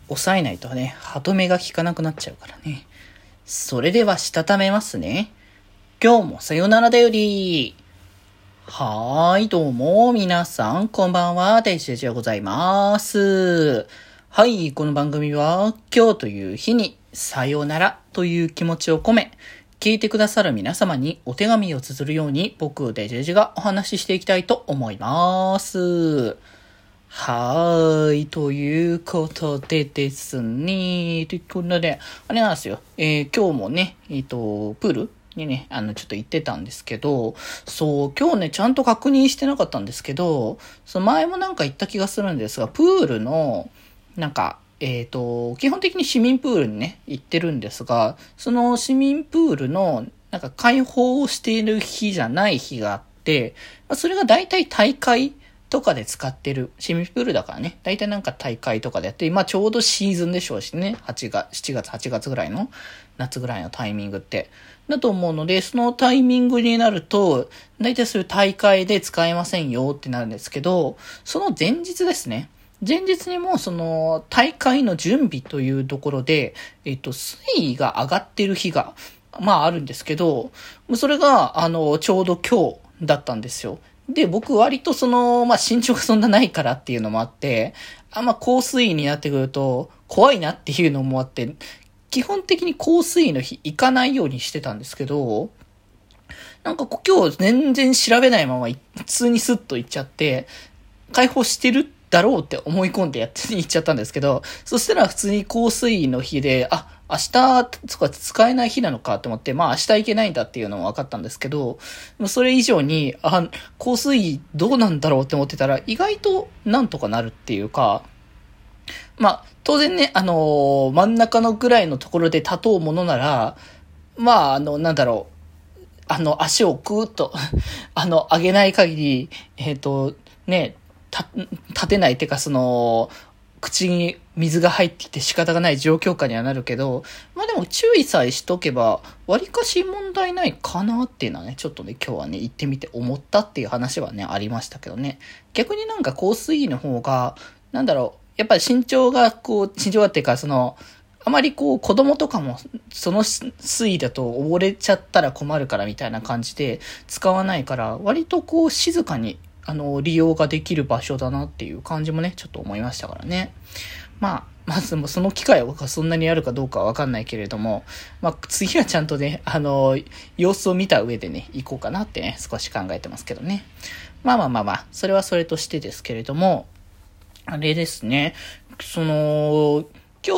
抑えないとね、歯止めが効かなくなっちゃうからね。それではしたためますね。今日もさよならだより。どうも、皆さん、こんばんは、デジデジでございます。はい、この番組は、今日という日に、さよならという気持ちを込め、聞いてくださる皆様にお手紙を綴るように、僕、デジデジがお話ししていきたいと思います。ということでですね、ということで、あれなんですよ、今日もね、プールにね、ちょっと行ってたんですけど、そう、今日ね、ちゃんと確認してなかったんですけど、その前もなんか言った気がするんですが、プールの、なんか、基本的に市民プールにね、行ってるんですが、その市民プールの、なんか開放している日じゃない日があって、それが大体大会とかで使ってる、市民プールだからね、大体なんか大会とかでやって、ちょうどシーズンでしょうしね、7月、8月ぐらいの、夏ぐらいのタイミングって。だと思うので、そのタイミングになると、大体そういう大会で使えませんよってなるんですけど、その前日ですね。前日にもその大会の準備というところで、水位が上がってる日が、あるんですけど、それが、ちょうど今日だったんですよ。で、僕割と身長がそんなないからっていうのもあって、高水位になってくると怖いなっていうのもあって、基本的に高水位の日行かないようにしてたんですけど、なんか今日全然調べないまま普通にスッと行っちゃって、解放してるだろうって思い込んでやってに行っちゃったんですけど、そしたら普通に高水位の日で、明日とか使えない日なのかと思って、明日行けないんだっていうのも分かったんですけど、それ以上に、高水位どうなんだろうって思ってたら、意外となんとかなるっていうか、当然ね、真ん中のぐらいのところで立とうものなら、足をクーッと、上げない限り、立てないっていうか、口に水が入ってきて仕方がない状況下にはなるけど、でも注意さえしとけば、割かし問題ないかなっていうのはね、ちょっとね、今日はね、行ってみて思ったっていう話はね、ありましたけどね。逆になんか高水位の方が、やっぱり身長がっていうか、あまり子供とかもその水位だと溺れちゃったら困るからみたいな感じで使わないから、割と静かに利用ができる場所だなっていう感じもね、ちょっと思いましたからね。まずその機会がそんなにあるかどうかはわかんないけれども、次はちゃんとね、様子を見た上でね、行こうかなってね、少し考えてますけどね。それはそれとしてですけれども、あれですね、今日、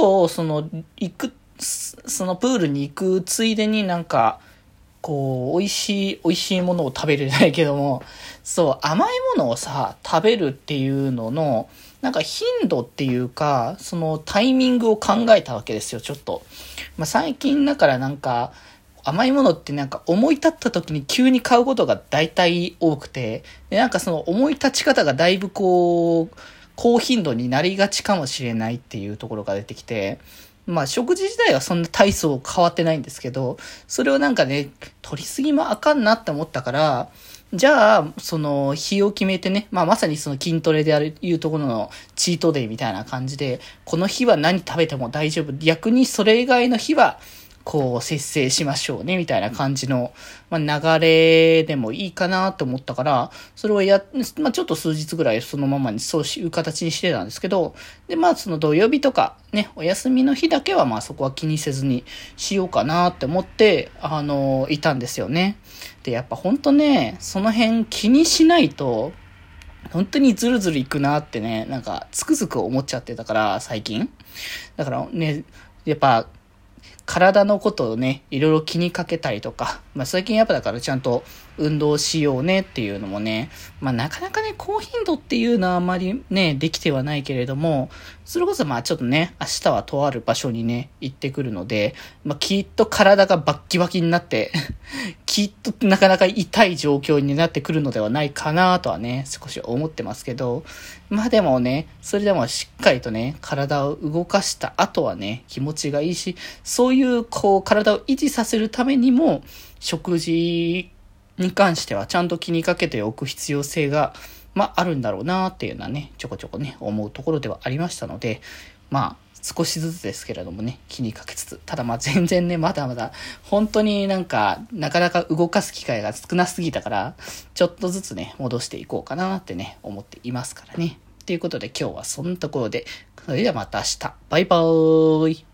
そのプールに行くついでに美味しいものを食べるじゃないけども、甘いものをさ、食べるっていうのの、頻度っていうか、そのタイミングを考えたわけですよ、ちょっと。最近だから甘いものって思い立った時に急に買うことが大体多くて、で思い立ち方がだいぶ高頻度になりがちかもしれないっていうところが出てきて、食事自体はそんな大層変わってないんですけど、それを取りすぎもあかんなって思ったから、じゃあ、日を決めてね、まさに筋トレでいうところのチートデイみたいな感じで、この日は何食べても大丈夫。逆にそれ以外の日は、節制しましょうね、みたいな感じの、流れでもいいかなと思ったから、それをちょっと数日ぐらいそのままにそういう形にしてたんですけど、で、その土曜日とか、ね、お休みの日だけはそこは気にせずにしようかなって思って、いたんですよね。で、やっぱほんとね、その辺気にしないと、本当にずるずるいくなってね、つくづく思っちゃってたから、最近。だからね、やっぱ、体のことをね、いろいろ気にかけたりとか、最近やっぱだからちゃんと運動しようねっていうのもね、なかなかね、高頻度っていうのはあまりね、できてはないけれども、それこそちょっとね、明日はとある場所にね、行ってくるので、きっと体がバッキバキになってきっとなかなか痛い状況になってくるのではないかなとはね、少し思ってますけど、でもね、それでもしっかりとね、体を動かした後はね、気持ちがいいし、そういう体を維持させるためにも、食事に関してはちゃんと気にかけておく必要性が、あるんだろうなっていうのはね、ちょこちょこね、思うところではありましたので、 まあ、少しずつですけれどもね、気にかけつつ。ただまあ全然ね、まだまだ、本当になかなか動かす機会が少なすぎたから、ちょっとずつね、戻していこうかなってね、思っていますからね。ということで今日はそんなところで、それではまた明日。バイバーイ。